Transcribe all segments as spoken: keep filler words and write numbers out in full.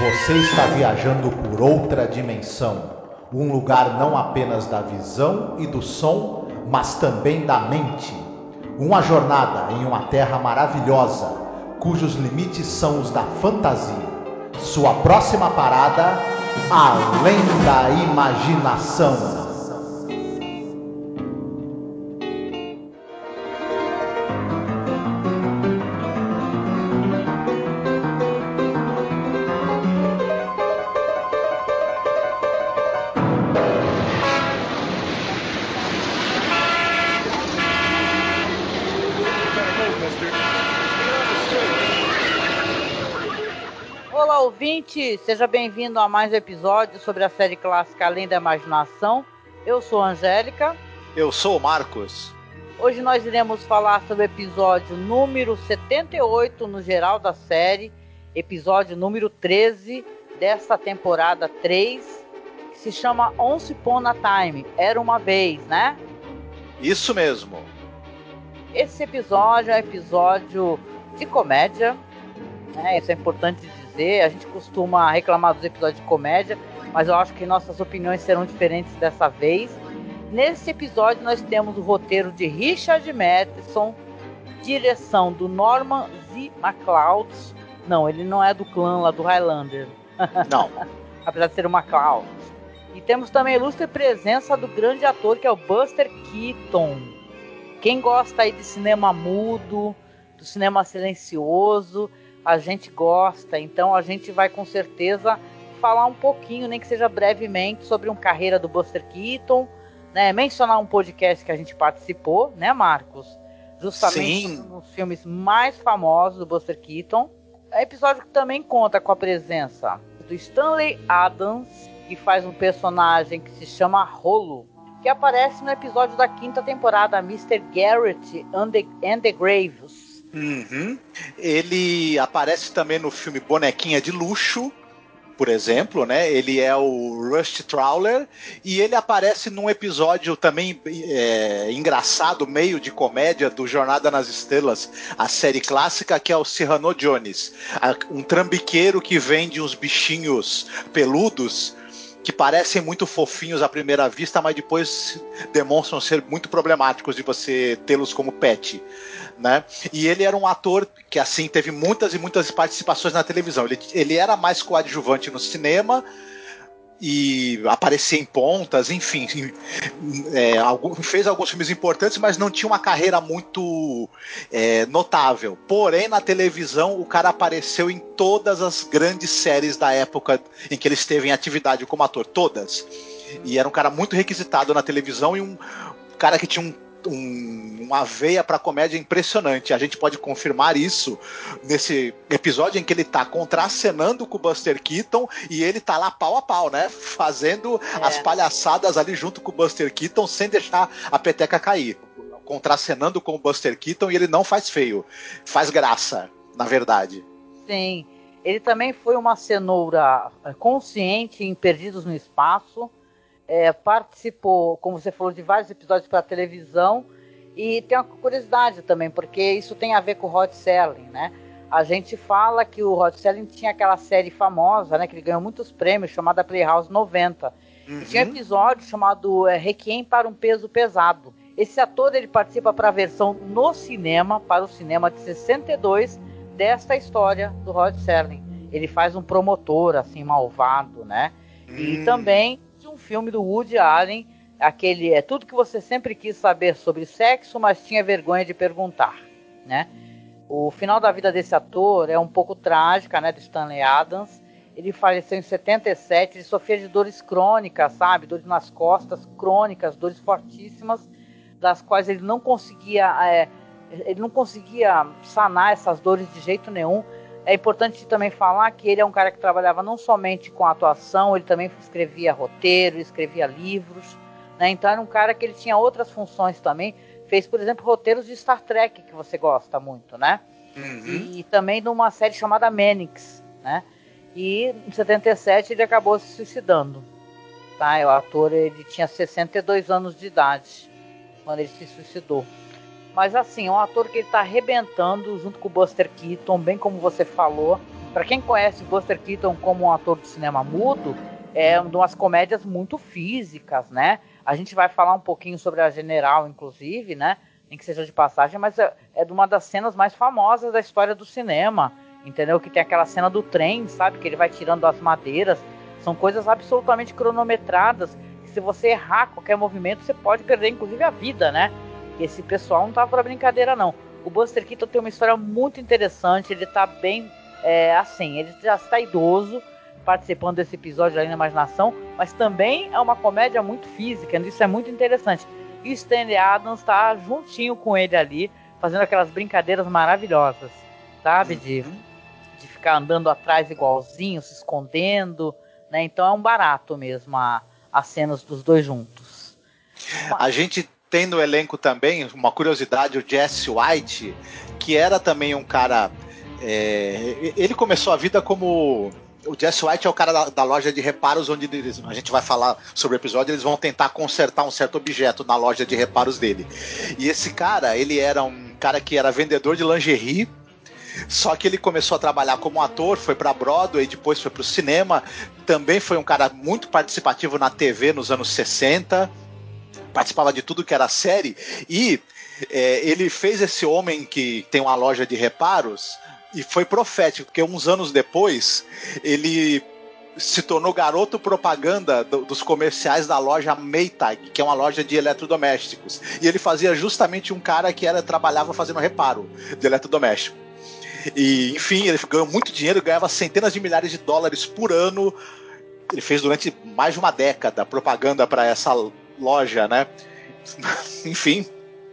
Você está viajando por outra dimensão, um lugar não apenas da visão e do som, mas também da mente. Uma jornada em uma terra maravilhosa, cujos limites são os da fantasia. Sua próxima parada, além da imaginação. Olá, ouvinte! Seja bem-vindo a mais um episódio sobre a série clássica Além da Imaginação. Eu sou a Angélica. Eu sou o Marcos. Hoje nós iremos falar sobre o episódio número setenta e oito no geral da série, episódio número treze desta temporada três, que se chama Once Upon a Time, Era Uma Vez, né? Isso mesmo. Esse episódio é um episódio de comédia, né? Isso é importante dizer. A gente costuma reclamar dos episódios de comédia, mas eu acho que nossas opiniões serão diferentes dessa vez. Nesse episódio nós temos o roteiro de Richard Matheson, direção do Norman Z. MacLeod. Não, ele não é do clã lá do Highlander. Não. Apesar de ser o MacLeod. E temos também a ilustre presença do grande ator que é o Buster Keaton. Quem gosta aí de cinema mudo, do cinema silencioso, a gente gosta, então a gente vai com certeza falar um pouquinho, nem que seja brevemente, sobre uma carreira do Buster Keaton, né? Mencionar um podcast que a gente participou, né, Marcos? Justamente Sim. Um dos filmes mais famosos do Buster Keaton. É um episódio que também conta com a presença do Stanley Adams, que faz um personagem que se chama Rolo, que aparece no episódio da quinta temporada, mister Garrett and the, and the Graves. Uhum. Ele aparece também no filme Bonequinha de Luxo, por exemplo, né? Ele é o Rusty Trawler e ele aparece num episódio também é, engraçado, meio de comédia, do Jornada nas Estrelas, a série clássica, que é o Cyrano Jones, um trambiqueiro que vende uns bichinhos peludos que parecem muito fofinhos à primeira vista, mas depois demonstram ser muito problemáticos de você tê-los como pet, né? E ele era um ator que, assim, teve muitas e muitas participações na televisão. Ele, ele era mais coadjuvante no cinema e aparecia em pontas, enfim, é, algum, fez alguns filmes importantes, mas não tinha uma carreira muito é, notável. Porém, na televisão, o cara apareceu em todas as grandes séries da época em que ele esteve em atividade como ator, todas. E era um cara muito requisitado na televisão e um cara que tinha um Um, uma veia pra comédia impressionante. A gente pode confirmar isso nesse episódio em que ele tá contracenando com o Buster Keaton e ele tá lá pau a pau, né? Fazendo é. as palhaçadas ali junto com o Buster Keaton sem deixar a peteca cair. Contracenando com o Buster Keaton e ele não faz feio. Faz graça, na verdade. Sim. Ele também foi uma cenoura consciente em Perdidos no Espaço. É, participou, como você falou, de vários episódios para televisão. E tem uma curiosidade também, porque isso tem a ver com o Rod Serling, né? A gente fala que o Rod Serling tinha aquela série famosa, né, que ele ganhou muitos prêmios, chamada Playhouse noventa. Uhum. E tinha um episódio chamado é, Requiem para um Peso Pesado. Esse ator, ele participa para a versão no cinema, para o cinema de sessenta e dois, desta história do Rod Serling. Ele faz um promotor, assim, malvado, né? Uhum. E também um filme do Woody Allen, aquele é tudo que você sempre quis saber sobre sexo, mas tinha vergonha de perguntar, né? O final da vida desse ator é um pouco trágica, né, do Stanley Adams. Ele faleceu em setenta e sete, ele sofria de dores crônicas, sabe? Dores nas costas, crônicas, dores fortíssimas, das quais ele não conseguia, é, ele não conseguia sanar essas dores de jeito nenhum. É importante também falar que ele é um cara que trabalhava não somente com atuação, ele também escrevia roteiro, escrevia livros, né? Então era um cara que ele tinha outras funções também. Fez, por exemplo, roteiros de Star Trek, que você gosta muito, né? Uhum. E, e também de uma série chamada Mannix, né? E em setenta e sete ele acabou se suicidando, tá? O ator, ele tinha sessenta e dois anos de idade quando ele se suicidou. Mas assim, é um ator que ele tá arrebentando junto com o Buster Keaton, bem como você falou. para quem conhece Buster Keaton como um ator de cinema mudo, é uma das comédias muito físicas, né? A gente vai falar um pouquinho sobre a General, inclusive, né? Nem que seja de passagem, mas é, é de uma das cenas mais famosas da história do cinema, entendeu? Que tem aquela cena do trem, sabe? Que ele vai tirando as madeiras. São coisas absolutamente cronometradas. Que se você errar qualquer movimento, você pode perder, inclusive, a vida, né? Que esse pessoal não tá pra brincadeira, não. O Buster Keaton tem uma história muito interessante. Ele tá bem, é, assim, ele já está idoso, participando desse episódio ali na Imaginação, mas também é uma comédia muito física, isso é muito interessante. E o Stanley Adams está juntinho com ele ali, fazendo aquelas brincadeiras maravilhosas, sabe? De, de ficar andando atrás igualzinho, se escondendo, né? Então é um barato mesmo a, as cenas dos dois juntos. A gente tem no elenco também, uma curiosidade, o Jesse White, que era também um cara... É, ele começou a vida como... O Jesse White é o cara da, da loja de reparos, onde eles, a gente vai falar sobre o episódio, eles vão tentar consertar um certo objeto na loja de reparos dele. E esse cara, ele era um cara que era vendedor de lingerie, só que ele começou a trabalhar como ator, foi pra Broadway, depois foi pro cinema, também foi um cara muito participativo na T V nos anos sessenta, participava de tudo que era série, e é, ele fez esse homem que tem uma loja de reparos... E foi profético, porque uns anos depois ele se tornou garoto propaganda do, dos comerciais da loja Maytag, que é uma loja de eletrodomésticos. E ele fazia justamente um cara que era, trabalhava fazendo reparo de eletrodoméstico. E, enfim, ele ganhou muito dinheiro, ganhava centenas de milhares de dólares por ano. Ele fez durante mais de uma década propaganda para essa loja, né? Enfim.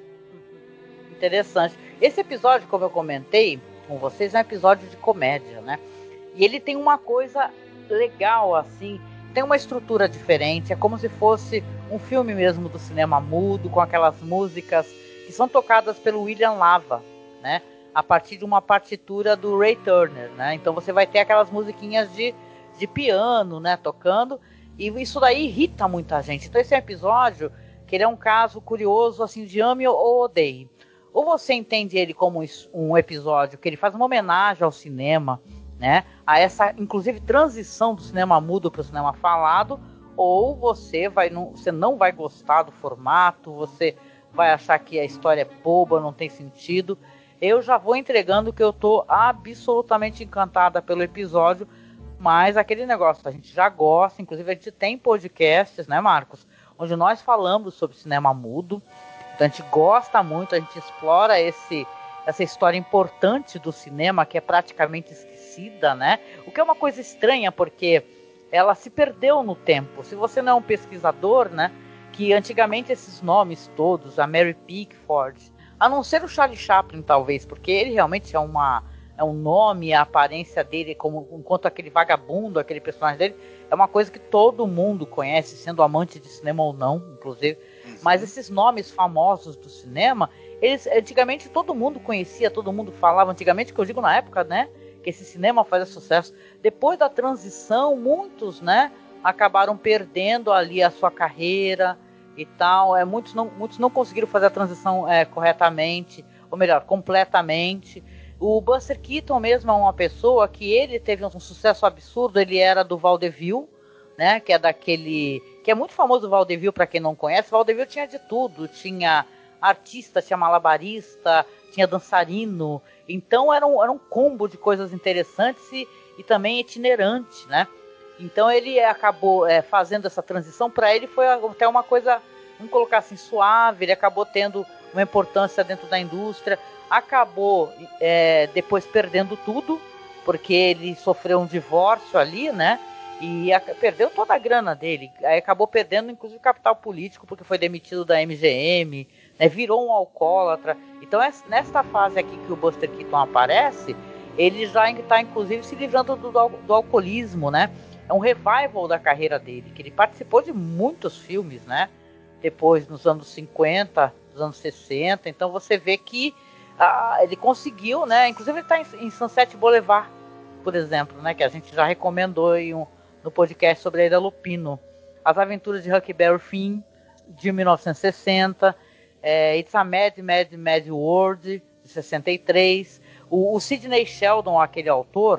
Interessante. Esse episódio, como eu comentei com vocês, é um episódio de comédia, né? E ele tem uma coisa legal, assim, tem uma estrutura diferente, é como se fosse um filme mesmo do cinema mudo, com aquelas músicas que são tocadas pelo William Lava, né? A partir de uma partitura do Ray Turner, né? Então você vai ter aquelas musiquinhas de, de piano, né? Tocando, e isso daí irrita muita gente. Então esse é um episódio que ele é um caso curioso, assim, de ame ou odeie. Ou você entende ele como um episódio que ele faz uma homenagem ao cinema, né? A essa, inclusive, transição do cinema mudo para o cinema falado, ou você, vai, não, você não vai gostar do formato, você vai achar que a história é boba, não tem sentido. Eu já vou entregando que eu estou absolutamente encantada pelo episódio, mas aquele negócio, a gente já gosta, inclusive a gente tem podcasts, né, Marcos? Onde nós falamos sobre cinema mudo. Então a gente gosta muito, a gente explora esse, essa história importante do cinema que é praticamente esquecida, né? O que é uma coisa estranha, porque ela se perdeu no tempo. Se você não é um pesquisador, né? Que antigamente esses nomes todos, a Mary Pickford, a não ser o Charlie Chaplin talvez, porque ele realmente é, uma, é um nome, a aparência dele, como, enquanto aquele vagabundo, aquele personagem dele, é uma coisa que todo mundo conhece, sendo amante de cinema ou não, inclusive. Mas esses nomes famosos do cinema, eles antigamente todo mundo conhecia, todo mundo falava, antigamente, que eu digo na época, né, que esse cinema fazia sucesso. Depois da transição, muitos, né, acabaram perdendo ali a sua carreira e tal. É, muitos, não, muitos não conseguiram fazer a transição é, corretamente, ou melhor, completamente. O Buster Keaton mesmo é uma pessoa que ele teve um sucesso absurdo, ele era do vaudeville, né, que é daquele... que é muito famoso o vaudeville, para quem não conhece. O vaudeville tinha de tudo, tinha artista, tinha malabarista, tinha dançarino, então era um, era um combo de coisas interessantes e, e também itinerante, né? Então ele acabou é, fazendo essa transição, para ele foi até uma coisa, vamos colocar assim, suave, ele acabou tendo uma importância dentro da indústria, acabou é, depois perdendo tudo, porque ele sofreu um divórcio ali, né? E a, perdeu toda a grana dele. Aí acabou perdendo, inclusive, capital político, porque foi demitido da M G M, né, virou um alcoólatra. Então, é, nesta fase aqui que o Buster Keaton aparece, ele já está, inclusive, se livrando do, do, do alcoolismo, né? É um revival da carreira dele, que ele participou de muitos filmes, né? Depois, nos anos cinquenta, nos anos sessenta. Então, você vê que ah, ele conseguiu, né? Inclusive, ele está em, em Sunset Boulevard, por exemplo, né? Que a gente já recomendou em um no podcast sobre a Ida Lupino. As Aventuras de Huckleberry Finn, de mil novecentos e sessenta, é, It's a Mad, Mad, Mad World, de sessenta e três. O, o Sidney Sheldon, aquele autor,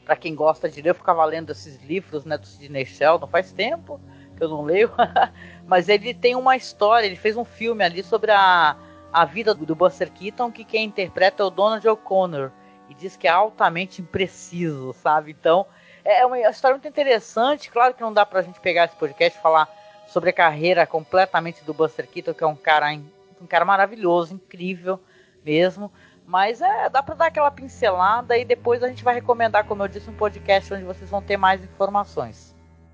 para quem gosta de ler, eu ficava lendo esses livros, né, do Sidney Sheldon, faz tempo que eu não leio, mas ele tem uma história, ele fez um filme ali sobre a, a vida do Buster Keaton, que quem interpreta é o Donald O'Connor, e diz que é altamente impreciso, sabe? Então, é uma história muito interessante. Claro que não dá pra gente pegar esse podcast e falar sobre a carreira completamente do Buster Keaton, que é um cara, um cara maravilhoso, incrível mesmo. Mas é, dá pra dar aquela pincelada e depois a gente vai recomendar, como eu disse, um podcast onde vocês vão ter mais informações.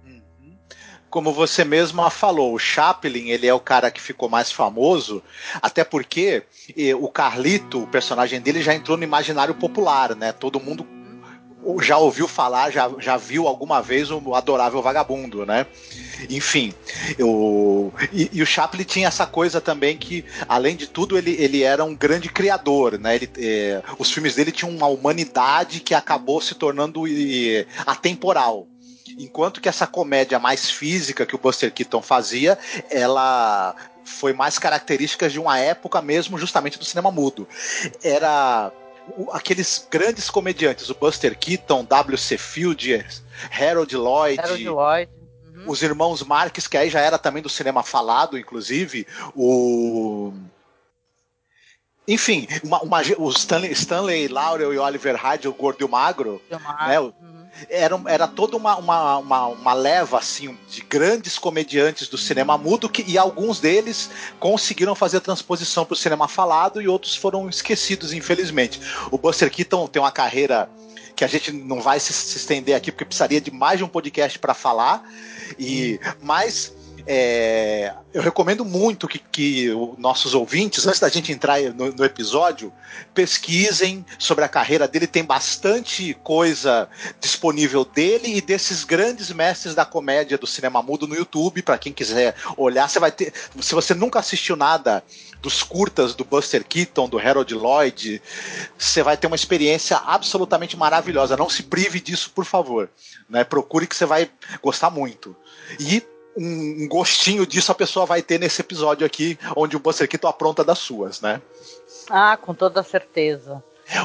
Como você mesma falou, o Chaplin, ele é o cara que ficou mais famoso, até porque eh, o Carlito, o personagem dele, já entrou no imaginário popular, né? Todo mundo já ouviu falar, já, já viu alguma vez o Adorável Vagabundo, né? Enfim, eu, e, e o Chaplin tinha essa coisa também que, além de tudo, ele, ele era um grande criador, né? Ele, eh, os filmes dele tinham uma humanidade que acabou se tornando eh, atemporal. Enquanto que essa comédia mais física que o Buster Keaton fazia, ela foi mais característica de uma época mesmo, justamente do cinema mudo. Era aqueles grandes comediantes, o Buster Keaton, W C Fields, Harold Lloyd, Harold Lloyd. Uhum. Os irmãos Marx, que aí já era também do cinema falado, inclusive, o... Enfim, uma, uma, o Stanley, Stanley Laurel e Oliver Hyde, o Gordo e o Magro, né? Uhum. Era, era toda uma, uma, uma, uma leva assim, de grandes comediantes do cinema mudo que, e alguns deles conseguiram fazer a transposição para o cinema falado e outros foram esquecidos, infelizmente. O Buster Keaton tem uma carreira que a gente não vai se, se estender aqui porque precisaria de mais de um podcast para falar, e, mas é, eu recomendo muito que, que os nossos ouvintes, antes da gente entrar no, no episódio, pesquisem sobre a carreira dele. Tem bastante coisa disponível dele e desses grandes mestres da comédia do cinema mudo no YouTube, para quem quiser olhar. Você vai ter, se você nunca assistiu nada dos curtas do Buster Keaton, do Harold Lloyd, você vai ter uma experiência absolutamente maravilhosa. Não se prive disso, por favor, né? Procure que você vai gostar muito. E um gostinho disso a pessoa vai ter nesse episódio aqui, onde o Buster Keaton apronta das suas, né? Ah, com toda certeza.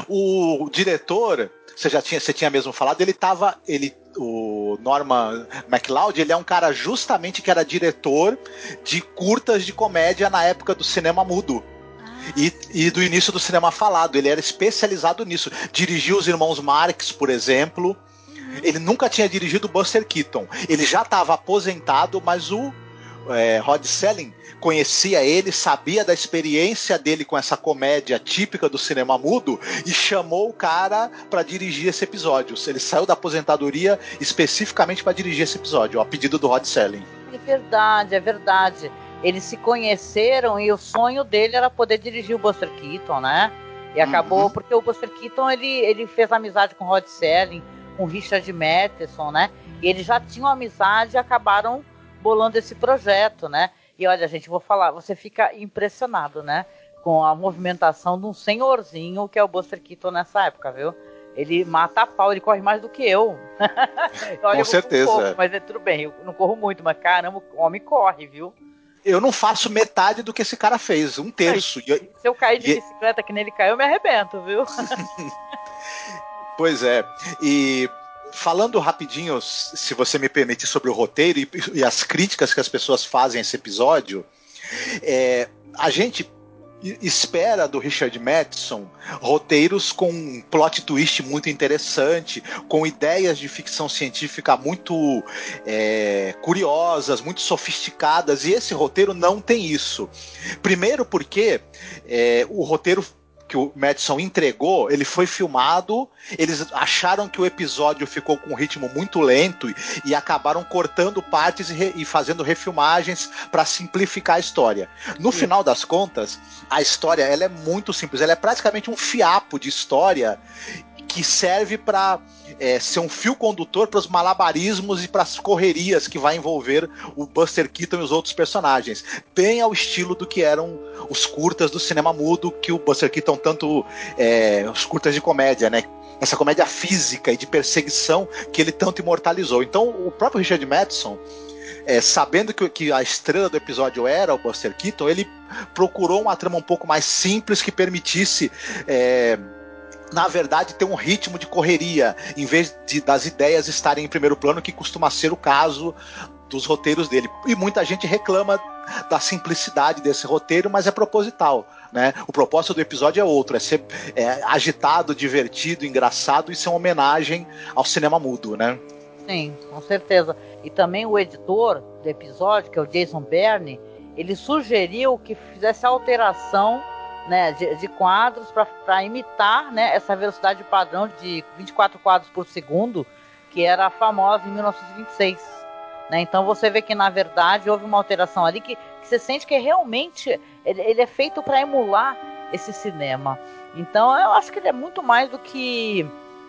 O diretor, você já tinha, você tinha mesmo falado, ele tava, ele, o Norman MacLeod, ele é um cara justamente que era diretor de curtas de comédia na época do cinema mudo. E, e do início do cinema falado, ele era especializado nisso. Dirigiu os Irmãos Marx, por exemplo. Ele nunca tinha dirigido o Buster Keaton. Ele já estava aposentado, mas o é, Rod Serling conhecia ele, sabia da experiência dele com essa comédia típica do cinema mudo e chamou o cara para dirigir esse episódio. Ele saiu da aposentadoria especificamente para dirigir esse episódio, a pedido do Rod Serling. É verdade, é verdade. Eles se conheceram e o sonho dele era poder dirigir o Buster Keaton, né? E acabou, uhum. Porque o Buster Keaton ele, ele fez amizade com o Rod Serling, com Richard Matheson, né? E eles já tinham amizade e acabaram bolando esse projeto, né? E olha, gente, vou falar, você fica impressionado, né? Com a movimentação de um senhorzinho que é o Buster Keaton nessa época, viu? Ele mata a pau, ele corre mais do que eu. Olha, com certeza. Um pouco, mas é tudo bem, eu não corro muito, mas caramba, o homem corre, viu? Eu não faço metade do que esse cara fez, um terço. Ai, se eu cair de bicicleta que nele caiu, eu me arrebento, viu? Pois é, e falando rapidinho, se você me permite, sobre o roteiro e, e as críticas que as pessoas fazem a esse episódio, é, a gente espera do Richard Matheson roteiros com um plot twist muito interessante, com ideias de ficção científica muito é, curiosas, muito sofisticadas, e esse roteiro não tem isso. Primeiro porque é, o roteiro que o Matheson entregou, ele foi filmado, eles acharam que o episódio ficou com um ritmo muito lento e, e acabaram cortando partes e, re, e fazendo refilmagens para simplificar a história. No Sim. final das contas, a história ela é muito simples, ela é praticamente um fiapo de história que serve para é, ser um fio condutor para os malabarismos e para as correrias que vai envolver o Buster Keaton e os outros personagens, bem ao estilo do que eram os curtas do cinema mudo que o Buster Keaton tanto é, os curtas de comédia, né? Essa comédia física e de perseguição que ele tanto imortalizou. Então o próprio Richard Matheson, é, sabendo que, que a estrela do episódio era o Buster Keaton, ele procurou uma trama um pouco mais simples que permitisse é, na verdade, ter um ritmo de correria, em vez de, das ideias estarem em primeiro plano, que costuma ser o caso dos roteiros dele. E muita gente reclama da simplicidade desse roteiro, mas é proposital, né? O propósito do episódio é outro, é ser é, agitado, divertido, engraçado, e ser uma homenagem ao cinema mudo, né? Sim, com certeza. E também o editor do episódio, que é o Jason Byrne, ele sugeriu que fizesse alteração, né, de, de quadros para imitar, né, essa velocidade padrão de vinte e quatro quadros por segundo, que era famosa em mil novecentos e vinte e seis. Né? Então você vê que, na verdade, houve uma alteração ali que, que você sente que realmente ele, ele é feito para emular esse cinema. Então eu acho que ele é muito mais do que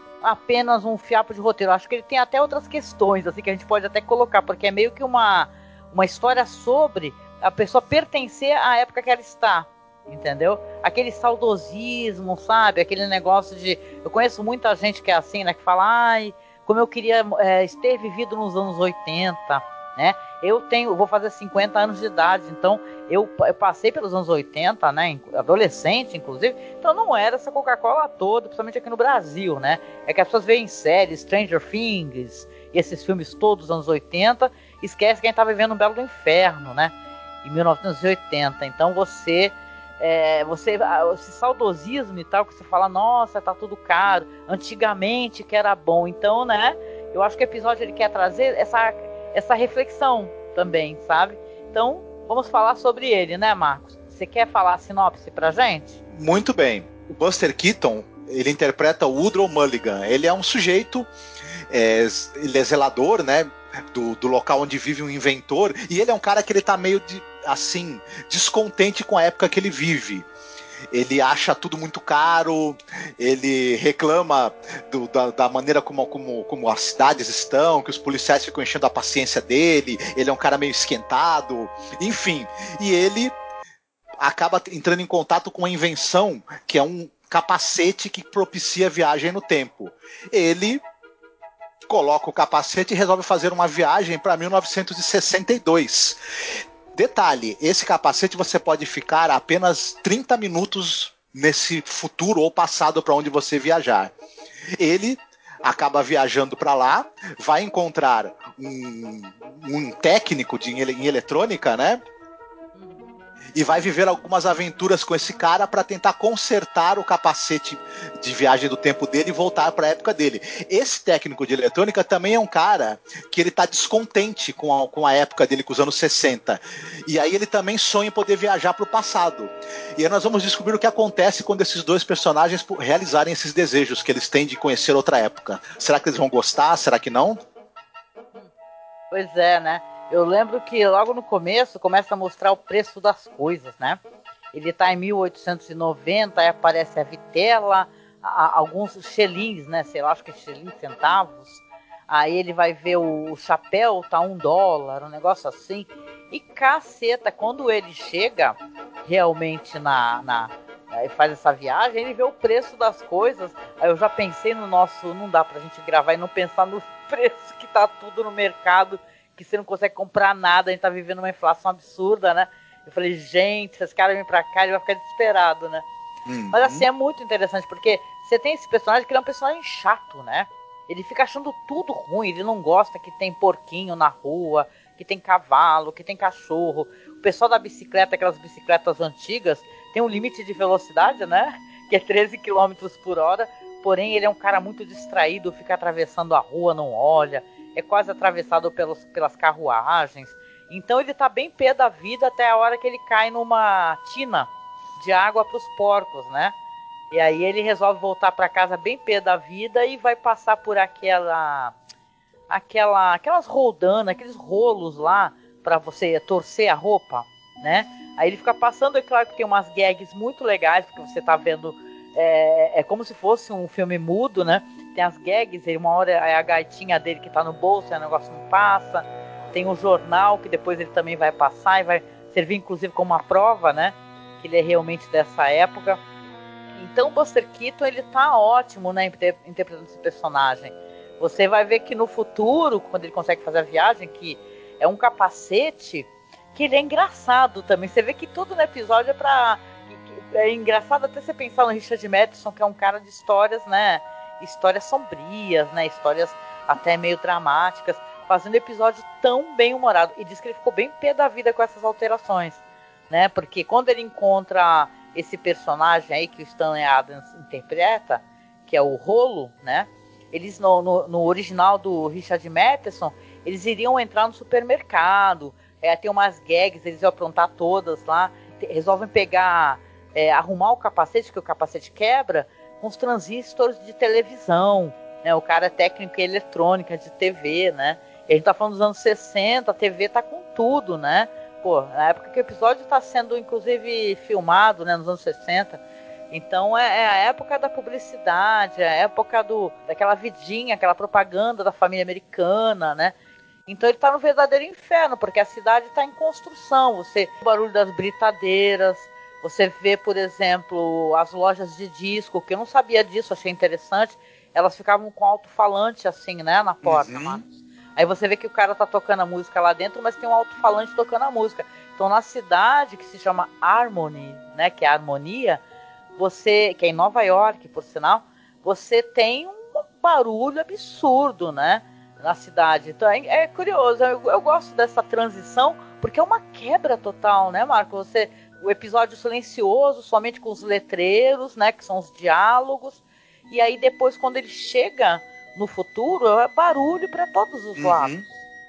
apenas um fiapo de roteiro. Eu acho que ele tem até outras questões assim, que a gente pode até colocar, porque é meio que uma, uma história sobre a pessoa pertencer à época que ela está. Entendeu? Aquele saudosismo, sabe? Aquele negócio de... Eu conheço muita gente que é assim, né? Que fala, ai, como eu queria é, ter vivido nos anos oitenta, né? Eu tenho, vou fazer cinquenta anos de idade, então eu, eu passei pelos anos oitenta, né? Adolescente, inclusive, então não era essa Coca-Cola toda, principalmente aqui no Brasil, né? É que as pessoas veem séries, Stranger Things, e esses filmes todos dos anos oitenta, esquece que a gente tá vivendo um belo do inferno, né? Em mil novecentos e oitenta, então você... É, você, esse saudosismo e tal, que você fala, nossa, tá tudo caro, antigamente que era bom. Então, né, eu acho que o episódio ele quer trazer essa, essa reflexão também, sabe? Então, vamos falar sobre ele, né, Marcos? Você quer falar a sinopse pra gente? Muito bem. O Buster Keaton, ele interpreta o Woodrow Mulligan. Ele é um sujeito, é, ele é zelador, né, do, do local onde vive um inventor, e ele é um cara que ele tá meio de, assim, descontente com a época que ele vive. Ele acha tudo muito caro, ele reclama do, da, da maneira como, como, como as cidades estão, que os policiais ficam enchendo a paciência dele, ele é um cara meio esquentado, enfim. E ele acaba entrando em contato com uma invenção que é um capacete que propicia viagem no tempo. Ele coloca o capacete e resolve fazer uma viagem para mil novecentos e sessenta e dois. Detalhe, esse capacete você pode ficar apenas trinta minutos nesse futuro ou passado para onde você viajar. Ele acaba viajando para lá, vai encontrar um, um técnico de, em eletrônica, né? E vai viver algumas aventuras com esse cara para tentar consertar o capacete de viagem do tempo dele e voltar para a época dele. Esse técnico de eletrônica também é um cara que ele tá descontente com a, com a época dele, com os anos sessenta. E aí ele também sonha em poder viajar para o passado. E aí nós vamos descobrir o que acontece quando esses dois personagens realizarem esses desejos que eles têm de conhecer outra época. Será que eles vão gostar? Será que não? Pois é, né? Eu lembro que logo no começo começa a mostrar o preço das coisas, né? Ele tá em mil oitocentos e noventa, aí aparece a vitela, a, alguns xelins, né? Sei lá, acho que é xelins, centavos. Aí ele vai ver o, o chapéu, tá um dólar, um negócio assim. E caceta, quando ele chega realmente na... na aí faz essa viagem, ele vê o preço das coisas. Aí eu já pensei no nosso... Não dá pra gente gravar e não pensar no preço que tá tudo no mercado, que você não consegue comprar nada, a gente tá vivendo uma inflação absurda, né? Eu falei, gente, se esse cara vem pra cá, ele vai ficar desesperado, né? Uhum. Mas assim, é muito interessante, porque você tem esse personagem que ele é um personagem chato, né? Ele fica achando tudo ruim, ele não gosta que tem porquinho na rua, que tem cavalo, que tem cachorro. O pessoal da bicicleta, aquelas bicicletas antigas, tem um limite de velocidade, né? Que é treze quilômetros por hora, porém ele é um cara muito distraído, fica atravessando a rua, não olha, é quase atravessado pelos, pelas carruagens. Então ele tá bem pé da vida até a hora que ele cai numa tina de água para os porcos, né? E aí ele resolve voltar para casa bem pé da vida e vai passar por aquela, aquela, aquelas roldanas, aqueles rolos lá para você torcer a roupa, né? Aí ele fica passando, é claro que tem umas gags muito legais, porque você tá vendo, é, é como se fosse um filme mudo, né? Tem as gags, uma hora é a gaitinha dele que tá no bolso, aí o negócio não passa. Tem um jornal que depois ele também vai passar e vai servir inclusive como uma prova, né? Que ele é realmente dessa época. Então o Buster Keaton, ele tá ótimo, né? Interpretando esse personagem. Você vai ver que no futuro, quando ele consegue fazer a viagem, que é um capacete, que ele é engraçado também. Você vê que tudo no episódio é pra... é engraçado até você pensar no Richard Matheson, que é um cara de histórias, né? Histórias sombrias, né? Histórias até meio dramáticas, fazendo episódio tão bem humorado. E diz que ele ficou bem pé da vida com essas alterações, né? Porque quando ele encontra esse personagem aí que o Stanley Adams interpreta, que é o Rolo, né? Eles no, no, no original do Richard Matheson, eles iriam entrar no supermercado, é, tem umas gags, eles iam aprontar todas lá, te, resolvem pegar, é, arrumar o capacete, que o capacete quebra, com os transistores de televisão, né? O cara é técnico em eletrônica, de T V, né? E a gente tá falando dos anos sessenta, a T V tá com tudo, né? Pô, na época que o episódio tá sendo, inclusive, filmado, né, nos anos sessenta, então é, é a época da publicidade, é a época do, daquela vidinha, aquela propaganda da família americana, né? Então ele tá no verdadeiro inferno, porque a cidade tá em construção. Você o barulho das britadeiras, você vê, por exemplo, as lojas de disco, que eu não sabia disso, achei interessante. Elas ficavam com alto-falante assim, né, na porta, uhum. Marcos. Aí você vê que o cara tá tocando a música lá dentro, mas tem um alto-falante tocando a música. Então na cidade, que se chama Harmony, né, que é a harmonia, você, que é em Nova York, por sinal, você tem um barulho absurdo, né, na cidade. Então é, é curioso, eu, eu gosto dessa transição, porque é uma quebra total, né, Marco? Você, o episódio silencioso, somente com os letreiros, né, que são os diálogos, e aí depois, quando ele chega no futuro, é barulho para todos os uhum. lados.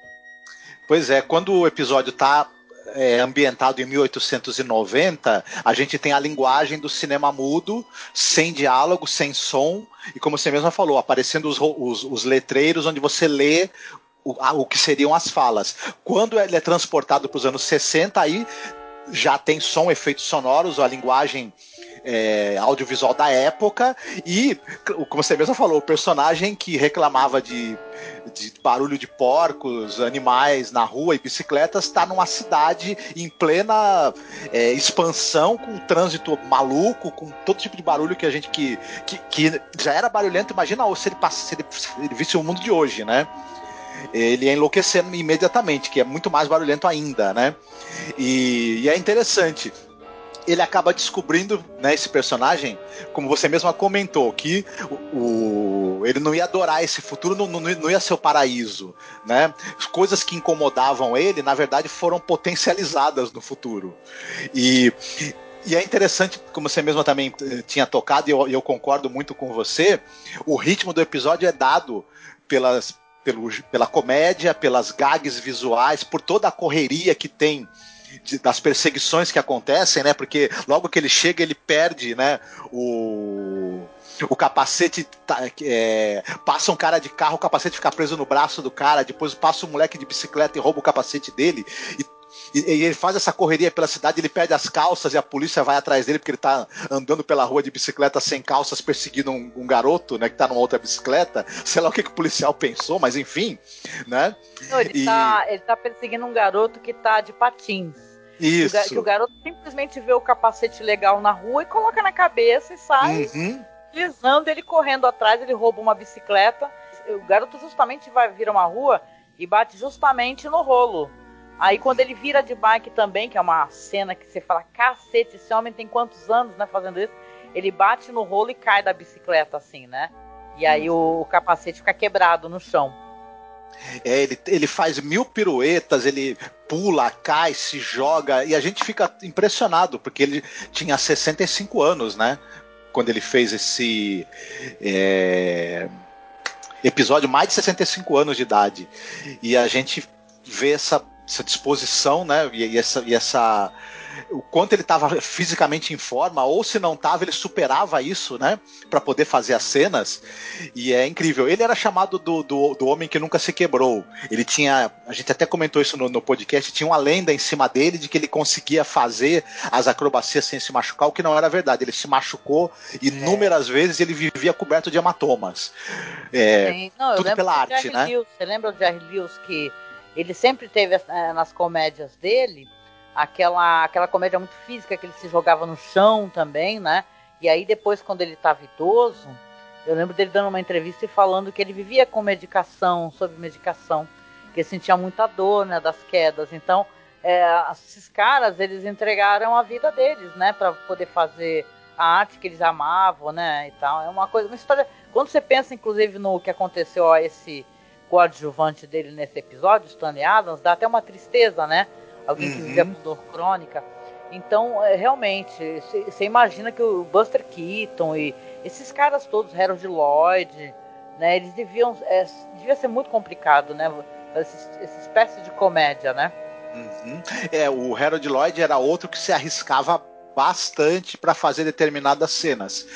Pois é, quando o episódio está é, ambientado em mil oitocentos e noventa, a gente tem a linguagem do cinema mudo, sem diálogo, sem som, e como você mesma falou, aparecendo os, os, os letreiros onde você lê o, a, o que seriam as falas. Quando ele é transportado para os anos sessenta, aí já tem som, efeitos sonoros, a linguagem é, audiovisual da época, e, como você mesmo falou, o personagem que reclamava de, de barulho de porcos, animais na rua e bicicletas, está numa cidade em plena é, expansão, com trânsito maluco, com todo tipo de barulho que a gente que, que, que já era barulhento. Imagina se ele, se ele, se ele visse o mundo de hoje, né? Ele ia enlouquecendo imediatamente, que é muito mais barulhento ainda, né? E, e é interessante. Ele acaba descobrindo, né, esse personagem, como você mesma comentou, que o, o, ele não ia adorar esse futuro, não, não, não ia ser o paraíso, né? Coisas que incomodavam ele, na verdade, foram potencializadas no futuro. E, e é interessante, como você mesma também tinha tocado, e eu, eu concordo muito com você, o ritmo do episódio é dado pelas, pelo, pela comédia, pelas gags visuais, por toda a correria que tem De, das perseguições que acontecem, né? Porque logo que ele chega, ele perde, né? O, o capacete tá, é, passa um cara de carro, o capacete fica preso no braço do cara, depois passa um moleque de bicicleta e rouba o capacete dele. E, e, e ele faz essa correria pela cidade, ele perde as calças e a polícia vai atrás dele porque ele tá andando pela rua de bicicleta sem calças, perseguindo um, um garoto, né? Que tá numa outra bicicleta. Sei lá o que, que o policial pensou, mas enfim, né? Não, ele, E... tá, ele tá perseguindo um garoto que tá de patins. Isso. Que o, que o garoto simplesmente vê o capacete legal na rua e coloca na cabeça e sai Uhum. deslizando, ele correndo atrás, ele rouba uma bicicleta. O garoto justamente vai vir uma rua e bate justamente no Rolo. Aí quando ele vira de bike também, que é uma cena que você fala, cacete, esse homem tem quantos anos, né, fazendo isso? Ele bate no Rolo e cai da bicicleta, assim, né? E aí o, o capacete fica quebrado no chão. É, ele, ele faz mil piruetas, ele pula, cai, se joga, e a gente fica impressionado, porque ele tinha sessenta e cinco anos, né? Quando ele fez esse é, episódio, mais de sessenta e cinco anos de idade. E a gente vê essa, essa disposição, né? E, e essa. E essa o quanto ele estava fisicamente em forma, ou se não estava, ele superava isso, né, para poder fazer as cenas, e é incrível. Ele era chamado do, do, do homem que nunca se quebrou. Ele tinha, a gente até comentou isso no, no podcast, tinha uma lenda em cima dele de que ele conseguia fazer as acrobacias sem se machucar, o que não era verdade. Ele se machucou inúmeras é. vezes, e ele vivia coberto de hematomas. É, não, tudo pela arte, né? Lewis, você lembra do Jerry Lewis, que ele sempre teve nas comédias dele Aquela, aquela comédia muito física, que ele se jogava no chão também, né? E aí depois, quando ele estava idoso, eu lembro dele dando uma entrevista e falando que ele vivia com medicação, sob medicação, que ele sentia muita dor, né, das quedas. Então, é, esses caras, eles entregaram a vida deles, né, para poder fazer a arte que eles amavam, né, e tal. É uma coisa, uma história. Quando você pensa, inclusive, no que aconteceu a esse coadjuvante dele nesse episódio, Stanley Adams, dá até uma tristeza, né? Alguém que vivia com dor crônica. Então, é, realmente, você imagina que o Buster Keaton e esses caras todos, Harold Lloyd, né? Eles deviam, é, devia ser muito complicado, né? Essa, essa espécie de comédia, né? Uhum. É, o Harold Lloyd era outro que se arriscava bastante para fazer determinadas cenas.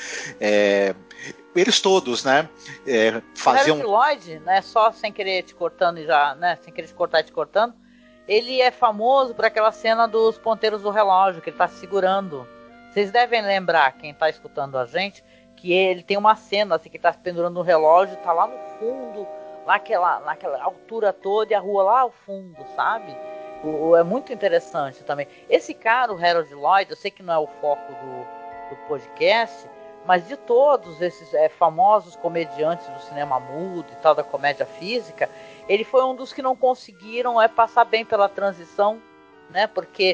É, eles todos, né? É, faziam. O Harold Lloyd, né? Só sem querer te cortando e já, né? Sem querer te cortar e te cortando. Ele é famoso por aquela cena dos ponteiros do relógio que ele tá segurando. Vocês devem lembrar, quem tá escutando a gente, que ele tem uma cena assim que ele tá pendurando no relógio, tá lá no fundo, naquela, naquela altura toda, e a rua lá ao fundo, sabe? O, o, é muito interessante também. Esse cara, o Harold Lloyd, eu sei que não é o foco do, do podcast, mas de todos esses é, famosos comediantes do cinema mudo e tal, da comédia física, ele foi um dos que não conseguiram é, passar bem pela transição, né? Porque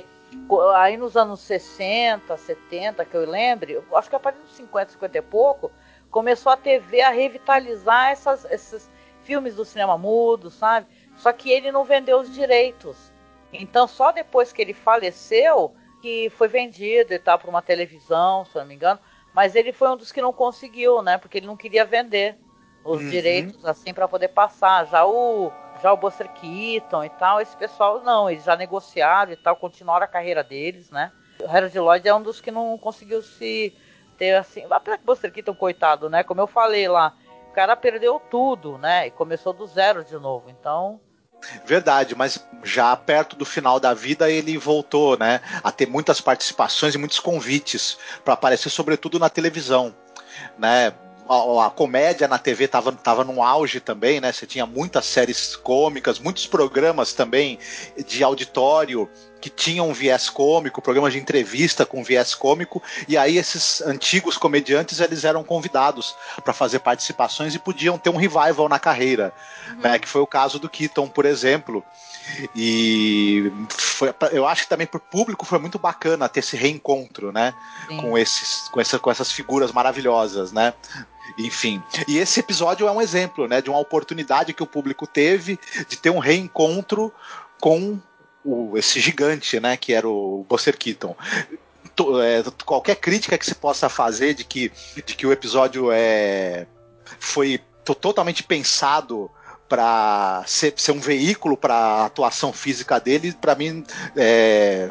aí nos anos sessenta, setenta, que eu lembre, eu acho que a partir dos cinquenta, cinquenta e pouco, começou a T V a revitalizar essas, esses filmes do cinema mudo, sabe? Só que ele não vendeu os direitos. Então só depois que ele faleceu, que foi vendido e tal para uma televisão, se eu não me engano, mas ele foi um dos que não conseguiu, né? Porque ele não queria vender os uhum. direitos assim para poder passar. Já o, já o Buster Keaton e tal, esse pessoal não, eles já negociaram e tal, continuaram a carreira deles, né? O Harold Lloyd é um dos que não conseguiu se ter assim, apesar que o Buster Keaton, coitado, né? Como eu falei lá, o cara perdeu tudo, né? E começou do zero de novo, então... Verdade, mas já perto do final da vida ele voltou, né, a ter muitas participações e muitos convites para aparecer, sobretudo na televisão, né? A, a comédia na T V estava tava num auge também, né? Você tinha muitas séries cômicas, muitos programas também de auditório que tinham um viés cômico, programas de entrevista com viés cômico, e aí esses antigos comediantes eles eram convidados para fazer participações e podiam ter um revival na carreira, uhum. né? Que foi o caso do Keaton, por exemplo. E foi, eu acho que também para o público foi muito bacana ter esse reencontro, né? Com, esses, com, essa, com essas figuras maravilhosas, né? Enfim, e esse episódio é um exemplo, né, de uma oportunidade que o público teve de ter um reencontro com o, esse gigante, né, que era o Buster Keaton. É, qualquer crítica que se possa fazer de que, de que o episódio é, foi totalmente pensado para ser, ser um veículo para a atuação física dele, para mim é,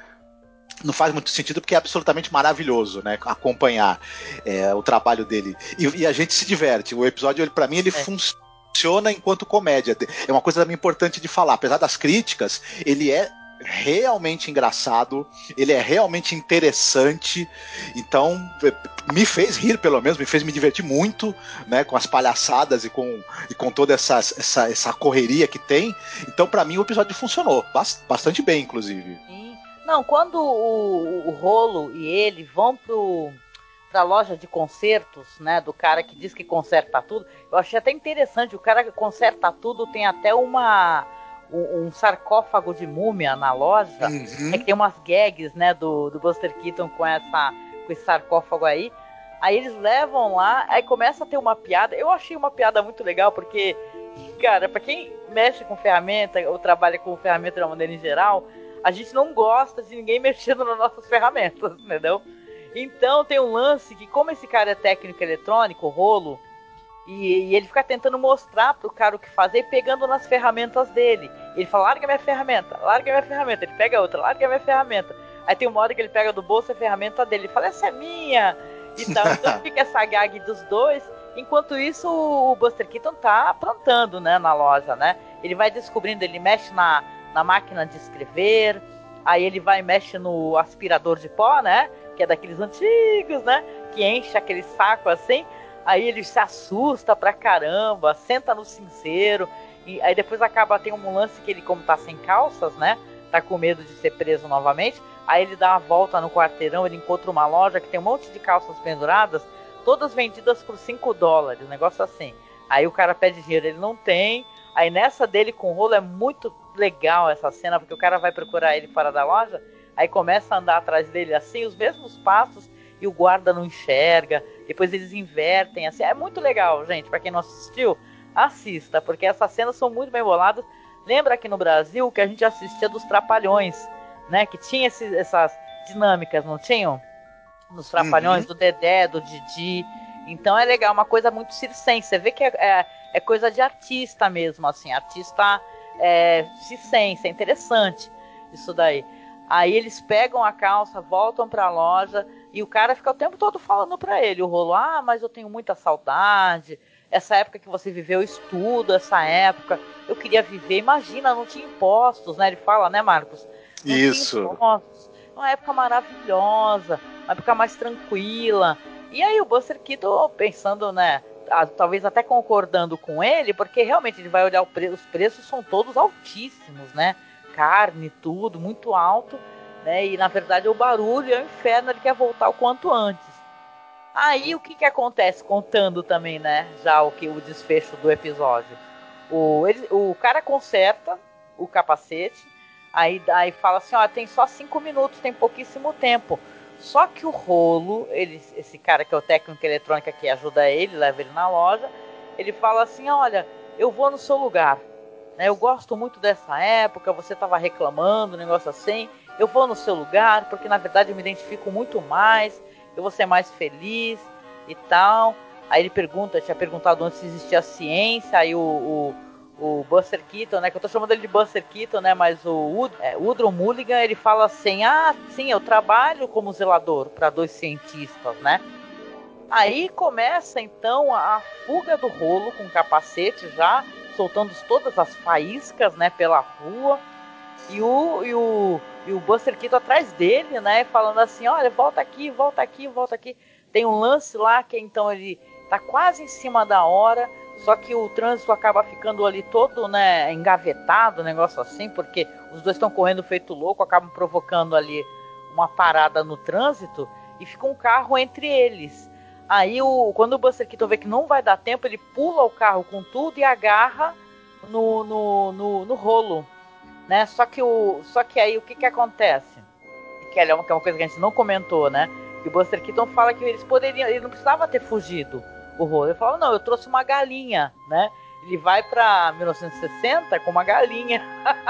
não faz muito sentido, porque é absolutamente maravilhoso, né, acompanhar é, o trabalho dele, e, e a gente se diverte. O episódio, para mim, ele é. funciona enquanto comédia. É uma coisa também importante de falar, apesar das críticas, ele é realmente engraçado, ele é realmente interessante, então me fez rir, pelo menos, me fez me divertir muito, né, com as palhaçadas e com, e com toda essa, essa, essa correria que tem. Então, para mim, o episódio funcionou bastante bem, inclusive. Sim. Não, quando o, o Rolo e ele vão pro, pra loja de concertos, né, do cara que diz que conserta tudo, eu achei até interessante, o cara que conserta tudo tem até uma... Um, um sarcófago de múmia na loja, uhum. é que tem umas gags, né, do, do Buster Keaton com, essa, com esse sarcófago aí. Aí eles levam lá, aí começa a ter uma piada. Eu achei uma piada muito legal, porque, cara, pra quem mexe com ferramenta ou trabalha com ferramenta de uma maneira em geral, a gente não gosta de ninguém mexendo nas nossas ferramentas, entendeu? Então tem um lance que, como esse cara é técnico eletrônico, Rolo, E, e ele fica tentando mostrar pro cara o que fazer, pegando nas ferramentas dele. Ele fala, larga minha ferramenta, larga minha ferramenta. Ele pega outra, larga minha ferramenta. Aí tem uma hora que ele pega do bolso a ferramenta dele. Ele fala, essa é minha. E tal. Então fica essa gag dos dois. Enquanto isso, o Buster Keaton tá aprontando, né, na loja, né? Ele vai descobrindo, ele mexe na, na máquina de escrever. Aí ele vai e mexe no aspirador de pó, né? Que é daqueles antigos, né? Que enche aquele saco assim. Aí ele se assusta pra caramba, senta no cinzeiro, e aí depois acaba, tem um lance que ele, como tá sem calças, né, tá com medo de ser preso novamente, aí ele dá uma volta no quarteirão, ele encontra uma loja que tem um monte de calças penduradas, todas vendidas por cinco dólares, um negócio assim. Aí o cara pede dinheiro, ele não tem, aí nessa dele com o Rolo é muito legal essa cena, porque o cara vai procurar ele fora da loja, aí começa a andar atrás dele assim, os mesmos passos, e o guarda não enxerga, depois eles invertem, assim, é muito legal, gente, pra quem não assistiu, assista, porque essas cenas são muito bem boladas. Lembra aqui no Brasil que a gente assistia dos Trapalhões, né, que tinha esses, essas dinâmicas, não tinham? Nos Trapalhões, uhum. do Dedé, do Didi, então é legal, uma coisa muito circense, você vê que é, é, é coisa de artista mesmo, assim, artista é, circense, é interessante isso daí. Aí eles pegam a calça, voltam pra loja, e o cara fica o tempo todo falando pra ele, o Rolo, ah, mas eu tenho muita saudade, essa época que você viveu, eu estudo essa época, eu queria viver, imagina, não tinha impostos, né, ele fala, né, Marcos? Não Isso. tinha impostos, uma época maravilhosa, uma época mais tranquila. E aí o Buster Keaton pensando, né, talvez até concordando com ele, porque realmente ele vai olhar o pre- os preços são todos altíssimos, né, carne, tudo, muito alto, né, e na verdade o barulho é o inferno, ele quer voltar o quanto antes. Aí o que que acontece, contando também, né, já o, que, o desfecho do episódio, o, ele, o cara conserta o capacete, aí, aí fala assim, ó, tem só cinco minutos, tem pouquíssimo tempo. Só que o Rolo, ele, esse cara que é o técnico eletrônica que ajuda ele, leva ele na loja, ele fala assim, olha, eu vou no seu lugar, né, eu gosto muito dessa época, você estava reclamando, um negócio assim, eu vou no seu lugar, porque na verdade eu me identifico muito mais, eu vou ser mais feliz e tal. Aí ele pergunta, tinha perguntado antes se existia ciência, aí o... o o Buster Keaton, né, que eu tô chamando ele de Buster Keaton, né, mas o Ud, é, Woodrow Mulligan, ele fala assim, ah, sim, eu trabalho como zelador para dois cientistas, né. Aí começa, então, a fuga do Rolo com o capacete já, soltando todas as faíscas, né, pela rua, e o, e o, e o Buster Keaton atrás dele, né, falando assim, olha, volta aqui, volta aqui, volta aqui. Tem um lance lá que, então, ele tá quase em cima da hora, só que o trânsito acaba ficando ali todo, né, engavetado, um negócio assim, porque os dois estão correndo feito louco, acabam provocando ali uma parada no trânsito e fica um carro entre eles. Aí, o, quando o Buster Keaton vê que não vai dar tempo, ele pula o carro com tudo e agarra no, no, no, no Rolo, né? Só que, o, só que aí o que, que acontece? Que é uma coisa que a gente não comentou, né? Que o Buster Keaton fala que eles poderiam, ele não precisava ter fugido. O Rolo, ele falou, não, eu trouxe uma galinha, né? Ele vai pra mil novecentos e sessenta com uma galinha.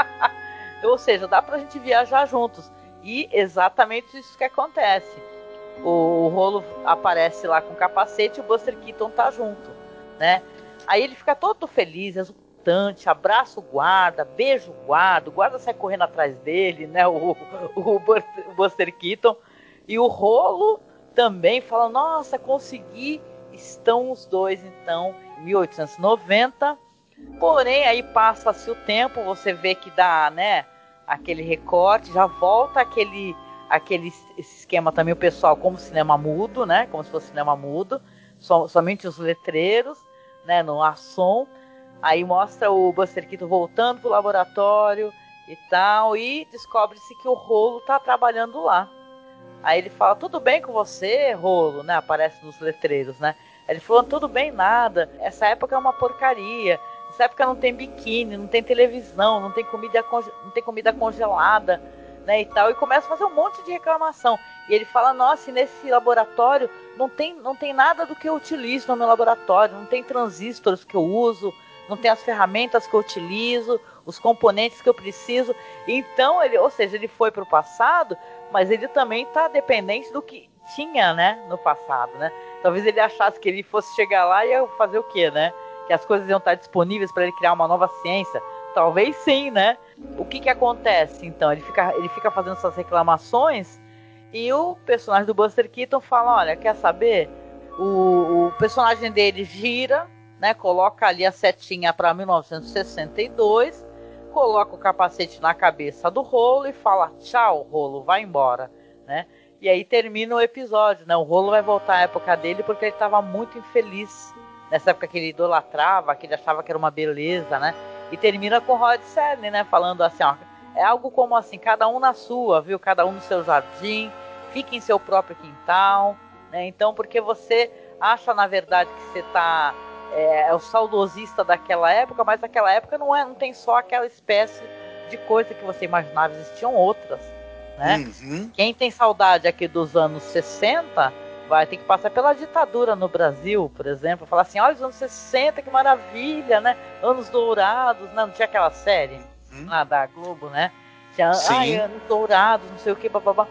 Ou seja, dá pra gente viajar juntos. E exatamente isso que acontece. O, o Rolo aparece lá com o capacete e o Buster Keaton tá junto, né? Aí ele fica todo feliz, exultante, abraça o guarda, beija o guarda, o guarda sai correndo atrás dele, né? O, o, o Buster Keaton. E o Rolo também fala, nossa, consegui. Estão os dois, então, em mil oitocentos e noventa. Porém, aí passa-se o tempo, você vê que dá, né, aquele recorte, já volta aquele, aquele esse esquema também, o pessoal como cinema mudo, né, como se fosse cinema mudo, som, somente os letreiros, né, não há som. Aí mostra o Buster Keaton voltando pro laboratório e tal, e descobre-se que o Rolo tá trabalhando lá. Aí ele fala, tudo bem com você, Rolo, né? Aparece nos letreiros, né? Ele falou, tudo bem, nada. Essa época é uma porcaria. Essa época não tem biquíni, não tem televisão, não tem comida, conge- não tem comida congelada, né? E tal. E começa a fazer um monte de reclamação. E ele fala, nossa, e nesse laboratório não tem, não tem nada do que eu utilizo no meu laboratório. Não tem transistores que eu uso, não tem as ferramentas que eu utilizo, os componentes que eu preciso. Então, ele, ou seja, ele foi para o passado, mas ele também está dependente do que tinha, né, no passado, né? Talvez ele achasse que ele fosse chegar lá e ia fazer o quê, né? Que as coisas iam estar disponíveis para ele criar uma nova ciência. Talvez sim, né? O que que acontece, então? Ele fica, ele fica fazendo essas reclamações e o personagem do Buster Keaton fala, olha, quer saber? O, o personagem dele gira, né? Coloca ali a setinha para mil novecentos e sessenta e dois, coloca o capacete na cabeça do Rolo e fala, tchau, Rolo, vai embora, né? E aí termina o episódio, né? O Rolo vai voltar à época dele porque ele estava muito infeliz. Nessa época que ele idolatrava, que ele achava que era uma beleza, né? E termina com o Rod Serling, né? Falando assim, ó, é algo como assim, cada um na sua, viu? Cada um no seu jardim, fique em seu próprio quintal, né? Então, porque você acha, na verdade, que você tá... É, é o saudosista daquela época, mas naquela época não, é, não tem só aquela espécie de coisa que você imaginava, existiam outras, né? Uhum. Quem tem saudade aqui dos anos sessenta vai ter que passar pela ditadura no Brasil, por exemplo, falar assim, olha os anos sessenta, que maravilha, né? Anos dourados, né? Não tinha aquela série uhum. lá da Globo, né? Tinha, Sim. ai, anos dourados, não sei o que, bababá.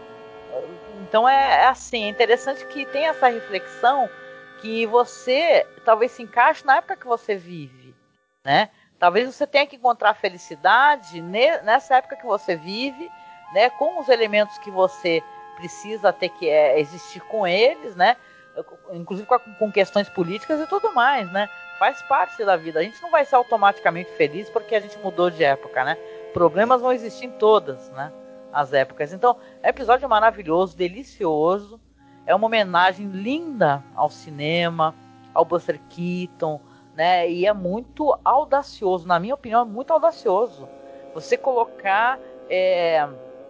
Então é, é assim, é interessante que tem essa reflexão que você talvez se encaixe na época que você vive, né? Talvez você tenha que encontrar felicidade nessa época que você vive, né? Com os elementos que você precisa ter que é, existir com eles, né? Inclusive com, com questões políticas e tudo mais, né? Faz parte da vida. A gente não vai ser automaticamente feliz porque a gente mudou de época, né? Problemas vão existir em todas, né? As épocas. Então, é um episódio maravilhoso, delicioso. É uma homenagem linda ao cinema, ao Buster Keaton, né? E é muito audacioso, na minha opinião, é muito audacioso. Você colocar é,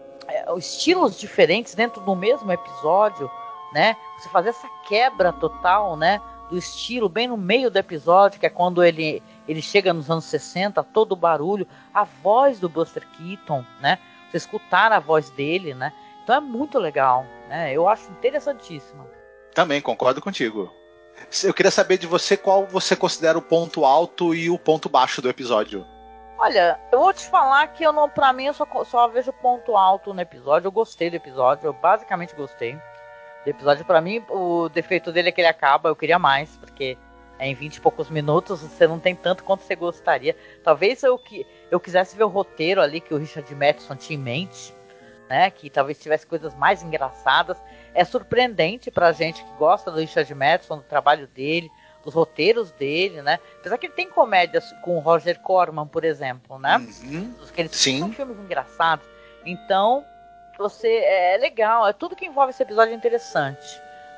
é, estilos diferentes dentro do mesmo episódio, né? Você fazer essa quebra total, né? Do estilo bem no meio do episódio, que é quando ele, ele chega nos anos sessenta, todo o barulho, a voz do Buster Keaton, né? Você escutar a voz dele, né? Então é muito legal, né? Eu acho interessantíssimo. Também concordo contigo. Eu queria saber de você qual você considera o ponto alto e o ponto baixo do episódio. Olha, eu vou te falar que eu não, pra mim eu só, só vejo ponto alto no episódio. Eu gostei do episódio, eu basicamente gostei do episódio. Pra mim, o defeito dele é que ele acaba, eu queria mais, porque é em vinte e poucos minutos você não tem tanto quanto você gostaria. Talvez eu, eu quisesse ver o roteiro ali que o Richard Matheson tinha em mente, né, que talvez tivesse coisas mais engraçadas. É surpreendente pra gente que gosta do Richard Matheson, do trabalho dele, dos roteiros dele, né? Apesar que ele tem comédias com o Roger Corman, por exemplo, né? Uhum. Que eles Sim. são filmes engraçados. Então, você é legal, é tudo que envolve esse episódio é interessante,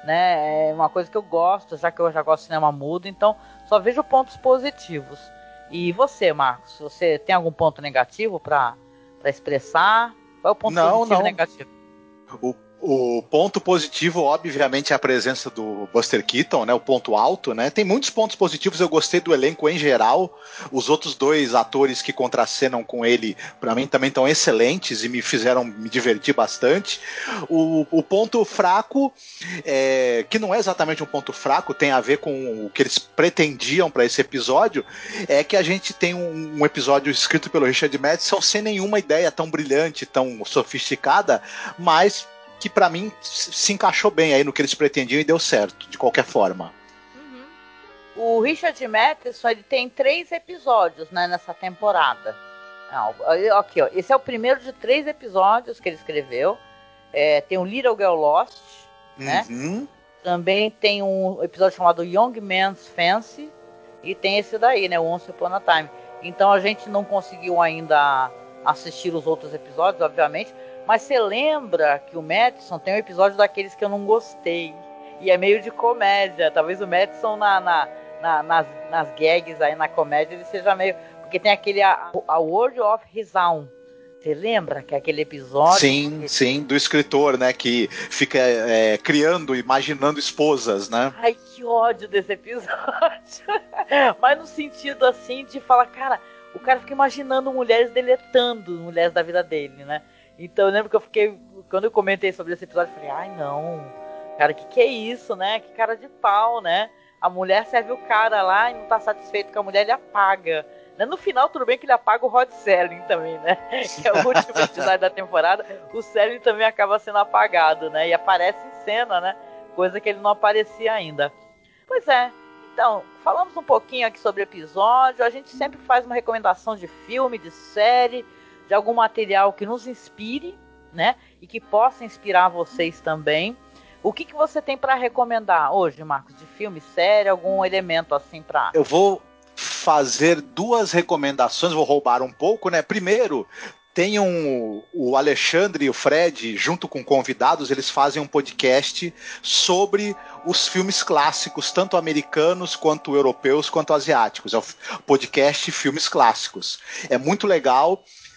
né? É uma coisa que eu gosto, já que eu já gosto de cinema mudo, então só vejo pontos positivos. E você, Marcos, você tem algum ponto negativo para para expressar? Qual é o ponto não, positivo não. e negativo? O, o ponto positivo, obviamente, é a presença do Buster Keaton, né? O ponto alto, né? Tem muitos pontos positivos, eu gostei do elenco em geral. Os outros dois atores que contracenam com ele, para mim, também estão excelentes e me fizeram me divertir bastante. O, o ponto fraco, é, que não é exatamente um ponto fraco, tem a ver com o que eles pretendiam para esse episódio, é que a gente tem um, um episódio escrito pelo Richard Matheson sem nenhuma ideia tão brilhante, tão sofisticada, mas que pra mim se encaixou bem aí no que eles pretendiam e deu certo, de qualquer forma. Uhum. O Richard Matheson, ele tem três episódios, né, nessa temporada. Não, aqui, ó, esse é o primeiro de três episódios que ele escreveu. É, tem o Little Girl Lost, né? Uhum. Também tem um episódio chamado Young Man's Fancy. E tem esse daí, né, Once Upon a Time. Então a gente não conseguiu ainda assistir os outros episódios, obviamente. Mas você lembra que o Matheson tem um episódio daqueles que eu não gostei. E é meio de comédia. Talvez o Matheson na, na, na, nas, nas gags aí, na comédia, ele seja meio... Porque tem aquele A, a World of His Own. Você lembra que é aquele episódio... Sim, que... sim, do escritor, né, que fica é, criando, imaginando esposas, né? Ai, que ódio desse episódio. Mas no sentido, assim, de falar, cara, o cara fica imaginando mulheres deletando mulheres da vida dele, né? Então eu lembro que eu fiquei, quando eu comentei sobre esse episódio, eu falei, ai não, cara, que que é isso, né? Que cara de pau, né? A mulher serve o cara lá e não tá satisfeito com a mulher, ele apaga. No final, tudo bem que ele apaga o Rod Serling também, né? Que é o último episódio da temporada. O Serling também acaba sendo apagado, né? E aparece em cena, né? Coisa que ele não aparecia ainda. Pois é. Então, falamos um pouquinho aqui sobre o episódio. A gente sempre faz uma recomendação de filme, de série, de algum material que nos inspire, né? E que possa inspirar vocês também. O que, que você tem para recomendar hoje, Marcos? De filme, série, algum elemento assim para... Eu vou fazer duas recomendações, vou roubar um pouco, né? Primeiro, tem um, o Alexandre e o Fred, junto com convidados, eles fazem um podcast sobre os filmes clássicos, tanto americanos, quanto europeus, quanto asiáticos. É o podcast Filmes Clássicos. É muito legal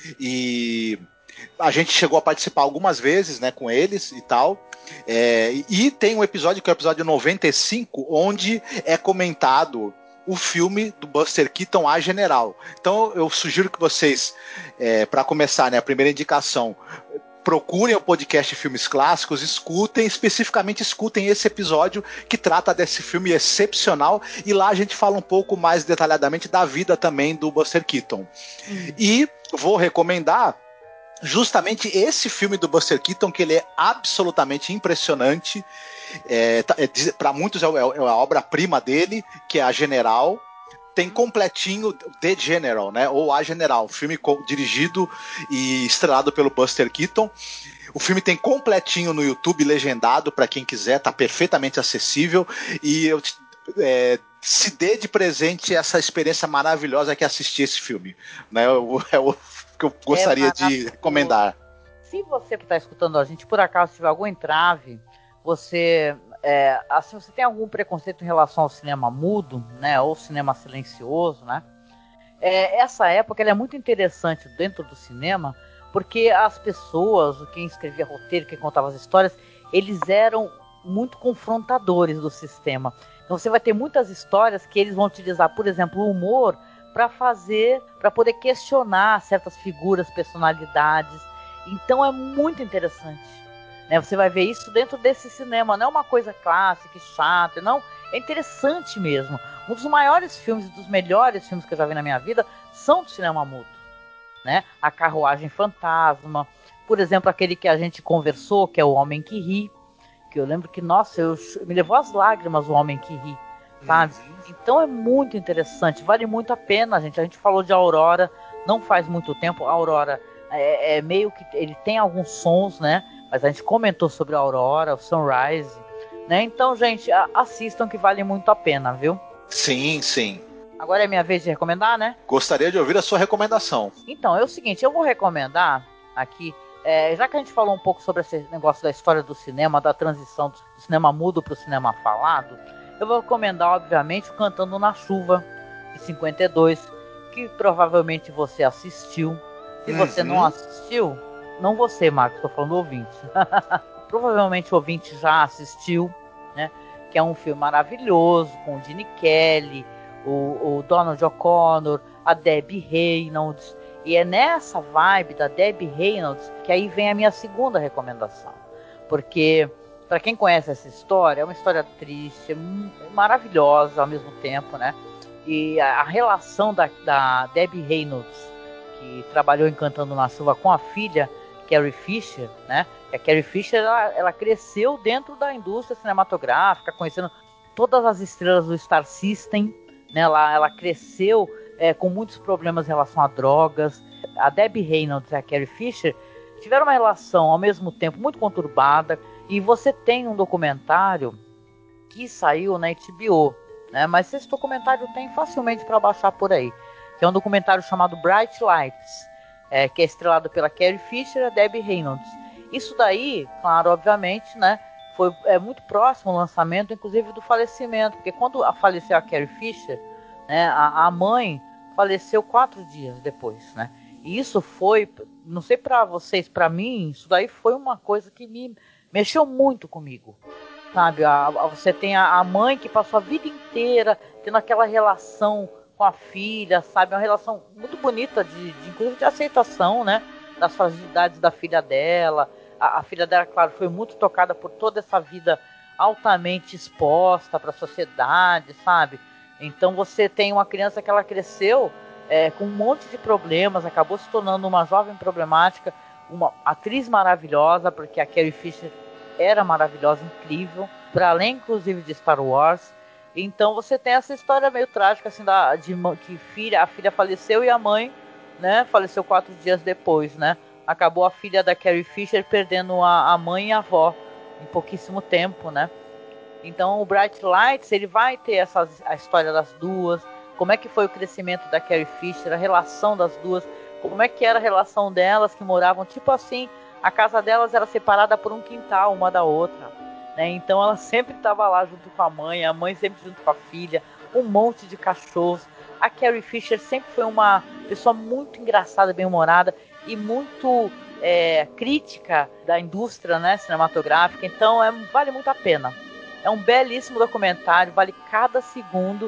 e a gente chegou a participar algumas vezes, né, com eles e tal. É, e tem um episódio, que é o episódio noventa e cinco, onde é comentado o filme do Buster Keaton, A General. Então eu sugiro que vocês, é, para começar, né, a primeira indicação, procurem o podcast Filmes Clássicos, escutem, especificamente escutem esse episódio que trata desse filme excepcional, e lá a gente fala um pouco mais detalhadamente da vida também do Buster Keaton. Uhum. E vou recomendar justamente esse filme do Buster Keaton, que ele é absolutamente impressionante. É, é, para muitos é, é a obra-prima dele, que é A General. Tem completinho The General, né? Ou A General, filme dirigido e estrelado pelo Buster Keaton. O filme tem completinho no YouTube, legendado, para quem quiser, tá perfeitamente acessível. E eu é, se dê de presente essa experiência maravilhosa que é assistir esse filme, né? É o que eu gostaria é de recomendar. Se você que está escutando a gente, por acaso tiver algum entrave, você é, assim, você tem algum preconceito em relação ao cinema mudo, né, ou cinema silencioso, né? É, essa época ela é muito interessante dentro do cinema, porque as pessoas, quem escrevia roteiro, quem contava as histórias, eles eram muito confrontadores do sistema. Então você vai ter muitas histórias que eles vão utilizar, por exemplo, o humor para fazer, para poder questionar certas figuras, personalidades. Então é muito interessante. Né, você vai ver isso dentro desse cinema, não é uma coisa clássica e chata, não, é interessante mesmo. Um dos maiores filmes, dos melhores filmes que eu já vi na minha vida são do cinema mudo, né? A Carruagem Fantasma, por exemplo, aquele que a gente conversou, que é O Homem que Ri, que eu lembro que, nossa, eu, me levou às lágrimas O Homem que Ri, sabe? Uhum. Então é muito interessante, vale muito a pena, gente. A gente falou de Aurora, não faz muito tempo. A Aurora é, é meio que, ele tem alguns sons, né? Mas a gente comentou sobre a Aurora, o Sunrise, né? Então, gente, assistam que vale muito a pena, viu? Sim, sim. Agora é minha vez de recomendar, né? Gostaria de ouvir a sua recomendação. Então, é o seguinte, eu vou recomendar aqui, é, já que a gente falou um pouco sobre esse negócio da história do cinema, da transição do cinema mudo para o cinema falado, eu vou recomendar, obviamente, o Cantando na Chuva, de cinquenta e dois, que provavelmente você assistiu. Se uhum. você não assistiu... Não você, Marcos, estou falando ouvinte. Provavelmente o ouvinte já assistiu, né? Que é um filme maravilhoso, com o Gene Kelly, o, o Donald O'Connor, a Debbie Reynolds. E é nessa vibe da Debbie Reynolds que aí vem a minha segunda recomendação. Porque, para quem conhece essa história, é uma história triste, maravilhosa ao mesmo tempo, né? E a, a relação da, da Debbie Reynolds, que trabalhou em Cantando na Chuva, com a filha Carrie Fisher, né? A Carrie Fisher, ela, ela cresceu dentro da indústria cinematográfica, conhecendo todas as estrelas do Star System, né? Ela, ela cresceu é, com muitos problemas em relação a drogas. A Debbie Reynolds e a Carrie Fisher tiveram uma relação, ao mesmo tempo, muito conturbada. E você tem um documentário que saiu na H B O, né? Mas esse documentário tem facilmente para baixar por aí, que é um documentário chamado Bright Lights, É, que é estrelado pela Carrie Fisher e a Debbie Reynolds. Isso daí, claro, obviamente, né, foi é, muito próximo ao lançamento, inclusive do falecimento, porque quando a faleceu a Carrie Fisher, né, a, a mãe faleceu quatro dias depois, né? E isso foi, não sei para vocês, para mim, isso daí foi uma coisa que me mexeu muito comigo, sabe? A, a, você tem a, a mãe que passou a vida inteira tendo aquela relação com a filha, sabe? Uma relação muito bonita, de, de inclusive de aceitação, né? Das fragilidades da filha dela. A, a filha dela, claro, foi muito tocada por toda essa vida altamente exposta para a sociedade, sabe? Então você tem uma criança que ela cresceu é, com um monte de problemas, acabou se tornando uma jovem problemática, uma atriz maravilhosa, porque a Carrie Fisher era maravilhosa, incrível, para além, inclusive, de Star Wars. Então você tem essa história meio trágica, assim, da, de que filha, a filha faleceu e a mãe, né, faleceu quatro dias depois, né? Acabou a filha da Carrie Fisher perdendo a, a mãe e a avó em pouquíssimo tempo, né? Então o Bright Lights, ele vai ter essa, a história das duas, como é que foi o crescimento da Carrie Fisher, a relação das duas, como é que era a relação delas que moravam, tipo assim, a casa delas era separada por um quintal uma da outra. Né? Então ela sempre estava lá junto com a mãe, a mãe sempre junto com a filha, um monte de cachorros. A Carrie Fisher sempre foi uma pessoa muito engraçada, bem-humorada e muito é, crítica da indústria, né, cinematográfica. Então é, vale muito a pena. É um belíssimo documentário, vale cada segundo.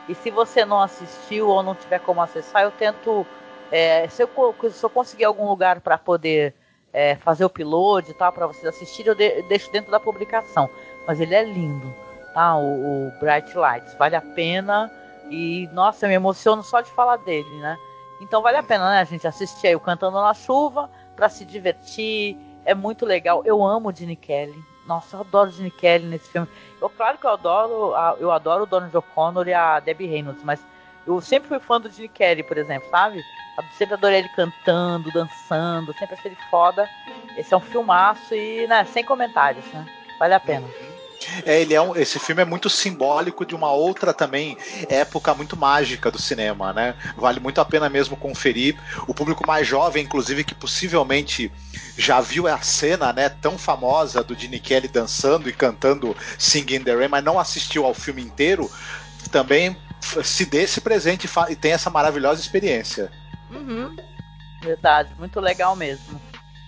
E se você não assistiu ou não tiver como acessar, eu tento, é, se, eu, se eu conseguir algum lugar para poder é, fazer o upload e tal, para vocês assistirem, eu, de, eu deixo dentro da publicação. Mas ele é lindo, tá? O, o Bright Lights, vale a pena. E, nossa, eu me emociono só de falar dele, né? Então vale a pena, né, a gente assistir aí o Cantando na Chuva para se divertir. É muito legal. Eu amo o Gene Kelly. Nossa, eu adoro o Gene Kelly nesse filme. Eu, claro que eu adoro, eu adoro o Donald O'Connor e a Debbie Reynolds, mas eu sempre fui fã do Gene Kelly, por exemplo, sabe? Eu sempre adorei ele cantando, dançando, sempre achei ele foda. Esse é um filmaço e, né, sem comentários, né? Vale a pena. É, ele é um, esse filme é muito simbólico de uma outra também época muito mágica do cinema, né? Vale muito a pena mesmo conferir. O público mais jovem, inclusive, que possivelmente já viu a cena, né, tão famosa do Gene Kelly dançando e cantando Singing in the Rain, mas não assistiu ao filme inteiro, também se dê esse presente e tem essa maravilhosa experiência. Uhum. Verdade, muito legal mesmo.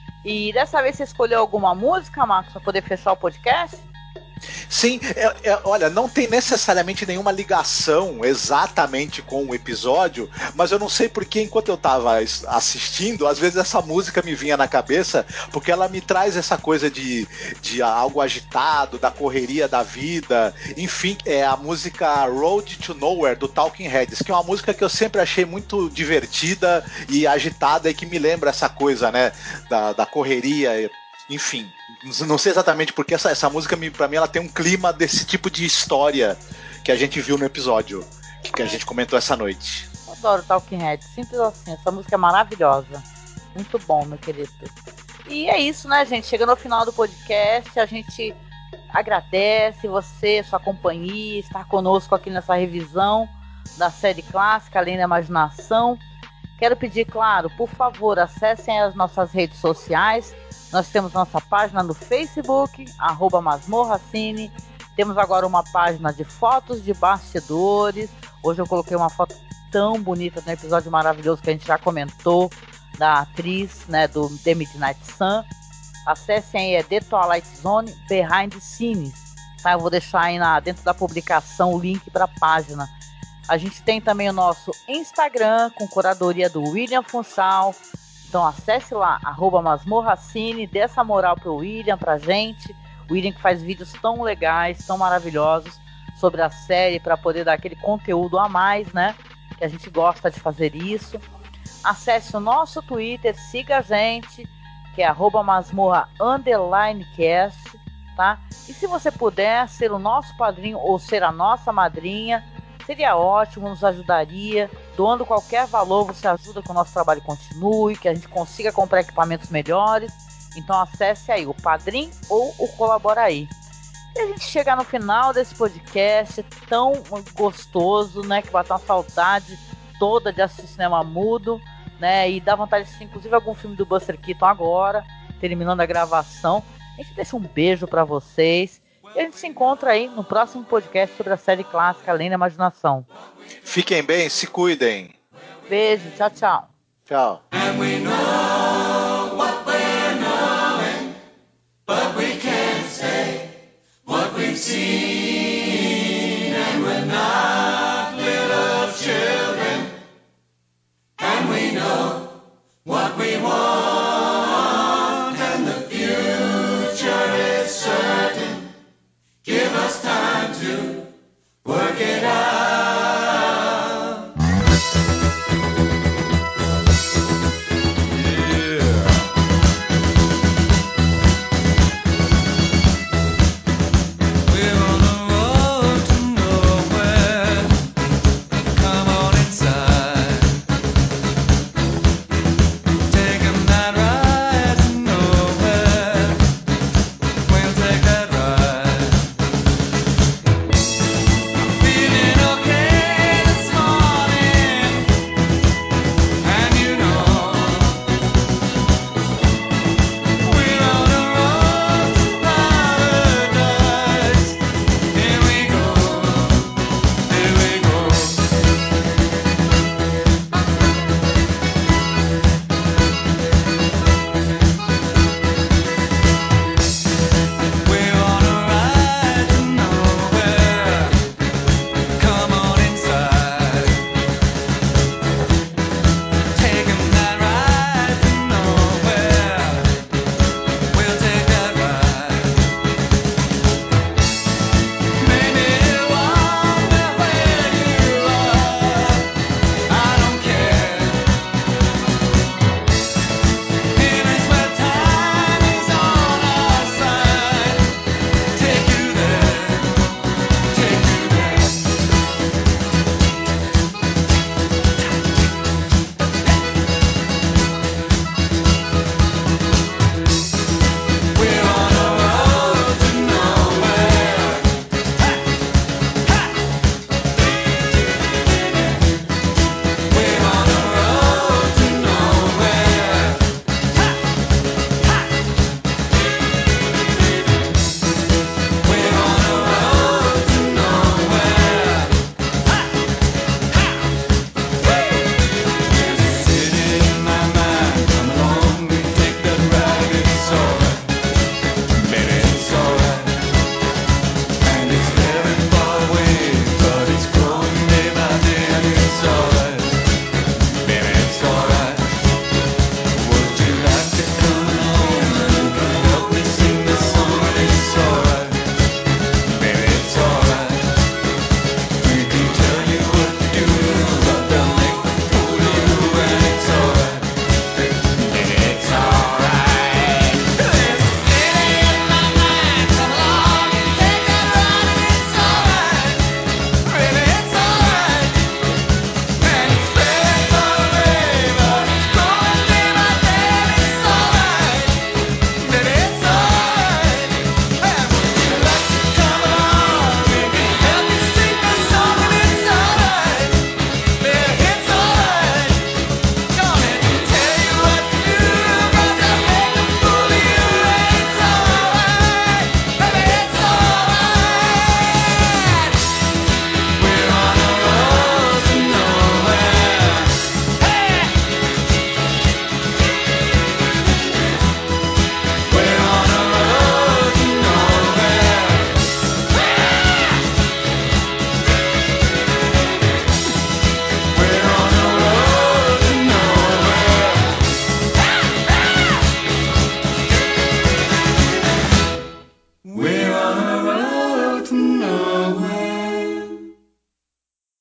E dessa vez você escolheu alguma música, Marcos, para poder fechar o podcast? Sim, é, é, olha, não tem necessariamente nenhuma ligação exatamente com o episódio, mas eu não sei porque enquanto eu tava assistindo, às vezes essa música me vinha na cabeça, porque ela me traz essa coisa de, de algo agitado, da correria da vida, enfim, é a música Road to Nowhere, do Talking Heads, que é uma música que eu sempre achei muito divertida e agitada e que me lembra essa coisa, né, da, da correria, enfim. Não sei exatamente porque essa, essa música, pra mim, ela tem um clima desse tipo de história que a gente viu no episódio que, que a gente comentou essa noite. Eu adoro Talking Heads, simples assim, essa música é maravilhosa. Muito bom, meu querido. E é isso, né, gente? Chegando ao final do podcast, a gente agradece você, sua companhia, estar conosco aqui nessa revisão da série clássica, Além da Imaginação. Quero pedir, claro, por favor, acessem as nossas redes sociais. Nós temos nossa página no Facebook, arroba masmorracine. Temos agora uma página de fotos de bastidores. Hoje eu coloquei uma foto tão bonita no episódio maravilhoso que a gente já comentou, da atriz, né, do The Midnight Sun. Acessem aí, é The Twilight Zone Behind the Scenes. Tá? Eu vou deixar aí na, dentro da publicação o link para a página. A gente tem também o nosso Instagram, com curadoria do William Funchal. Então acesse lá, arroba masmorracine, dê essa moral pro William, pra gente. O William que faz vídeos tão legais, tão maravilhosos sobre a série, para poder dar aquele conteúdo a mais, né? Que a gente gosta de fazer isso. Acesse o nosso Twitter, siga a gente, que é arroba masmorra underline cast, tá? E se você puder ser o nosso padrinho ou ser a nossa madrinha, seria ótimo, nos ajudaria. Doando qualquer valor, você ajuda que o nosso trabalho continue, que a gente consiga comprar equipamentos melhores. Então acesse aí o Padrim ou o Colabora Aí. E a gente chega no final desse podcast tão gostoso, né? Que bateu uma saudade toda de assistir cinema mudo, né? E dá vontade de assistir, inclusive, algum filme do Buster Keaton agora, terminando a gravação. A gente deixa um beijo para vocês. E a gente se encontra aí no próximo podcast sobre a série clássica Além da Imaginação. Fiquem bem, se cuidem. Beijo, tchau, tchau. Tchau. And we know what we're knowing, but we can't say what we've seen, and we're not little children, and we know what we want, and the future is certain. Give us time to